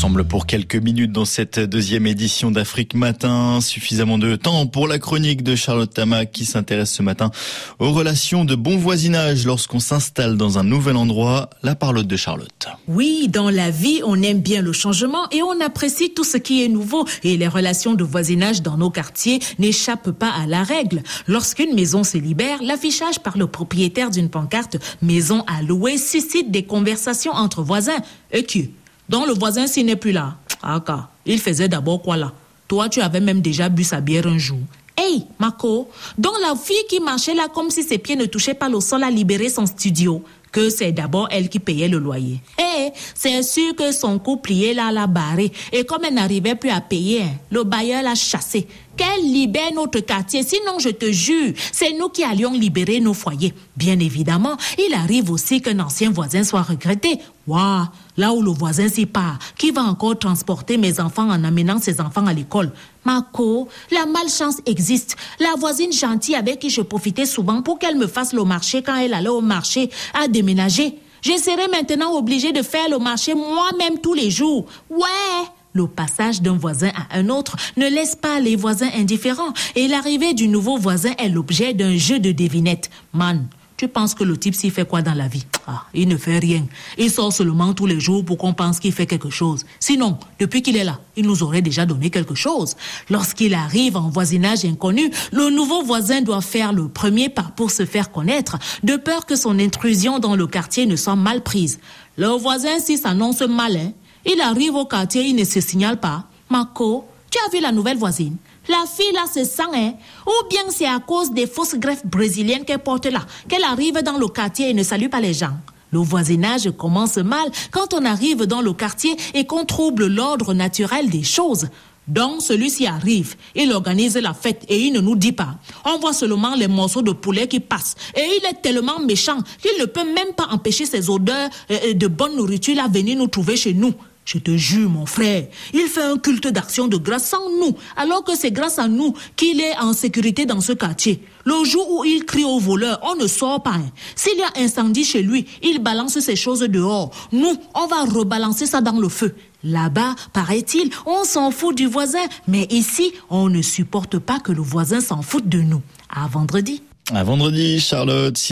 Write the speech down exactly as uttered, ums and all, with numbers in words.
ensemble pour quelques minutes dans cette deuxième édition d'Afrique Matin. Suffisamment de temps pour la chronique de Charlotte Tamac qui s'intéresse ce matin aux relations de bon voisinage lorsqu'on s'installe dans un nouvel endroit. La parlotte de Charlotte. Oui, dans la vie, on aime bien le changement et on apprécie tout ce qui est nouveau. Et les relations de voisinage dans nos quartiers n'échappent pas à la règle. Lorsqu'une maison se libère, l'affichage par le propriétaire d'une pancarte « Maison à louer » suscite des conversations entre voisins. Et qui Donc le voisin s'il n'est plus là. Ah, car il faisait d'abord quoi là? Toi, tu avais même déjà bu sa bière un jour. Hey, Marco, donc la fille qui marchait là comme si ses pieds ne touchaient pas le sol a libéré son studio. Que c'est d'abord elle qui payait le loyer. Eh, c'est sûr que son couple y est là, l'a barré. Et comme elle n'arrivait plus à payer, le bailleur l'a chassée. Qu'elle libère notre quartier, sinon je te jure, c'est nous qui allions libérer nos foyers. Bien évidemment, il arrive aussi qu'un ancien voisin soit regretté. Waouh, là où le voisin s'y part, qui va encore transporter mes enfants en amenant ses enfants à l'école? Marco, la malchance existe. La voisine gentille avec qui je profitais souvent pour qu'elle me fasse le marché quand elle allait au marché a déménagé. Je serai maintenant obligée de faire le marché moi-même tous les jours. Ouais! Le passage d'un voisin à un autre ne laisse pas les voisins indifférents et l'arrivée du nouveau voisin est l'objet d'un jeu de devinettes. Man, tu penses que le type s'y fait quoi dans la vie? Ah, il ne fait rien. Il sort seulement tous les jours pour qu'on pense qu'il fait quelque chose. Sinon, depuis qu'il est là, il nous aurait déjà donné quelque chose. Lorsqu'il arrive en voisinage inconnu, le nouveau voisin doit faire le premier pas pour se faire connaître, de peur que son intrusion dans le quartier ne soit mal prise. Le voisin, si s'annonce malin, il arrive au quartier, il ne se signale pas. Marco, tu as vu la nouvelle voisine? La fille là se sent, hein? Ou bien c'est à cause des fausses greffes brésiliennes qu'elle porte là, qu'elle arrive dans le quartier et ne salue pas les gens. Le voisinage commence mal quand on arrive dans le quartier et qu'on trouble l'ordre naturel des choses. Donc celui-ci arrive, il organise la fête et il ne nous dit pas. On voit seulement les morceaux de poulet qui passent. Et il est tellement méchant qu'il ne peut même pas empêcher ces odeurs de bonne nourriture à venir nous trouver chez nous. Je te jure, mon frère, il fait un culte d'action de grâce sans nous, alors que c'est grâce à nous qu'il est en sécurité dans ce quartier. Le jour où il crie aux voleurs, on ne sort pas. Hein. S'il y a incendie chez lui, il balance ces choses dehors. Nous, on va rebalancer ça dans le feu. Là-bas, paraît-il, on s'en fout du voisin, mais ici, on ne supporte pas que le voisin s'en foute de nous. À vendredi. À vendredi, Charlotte.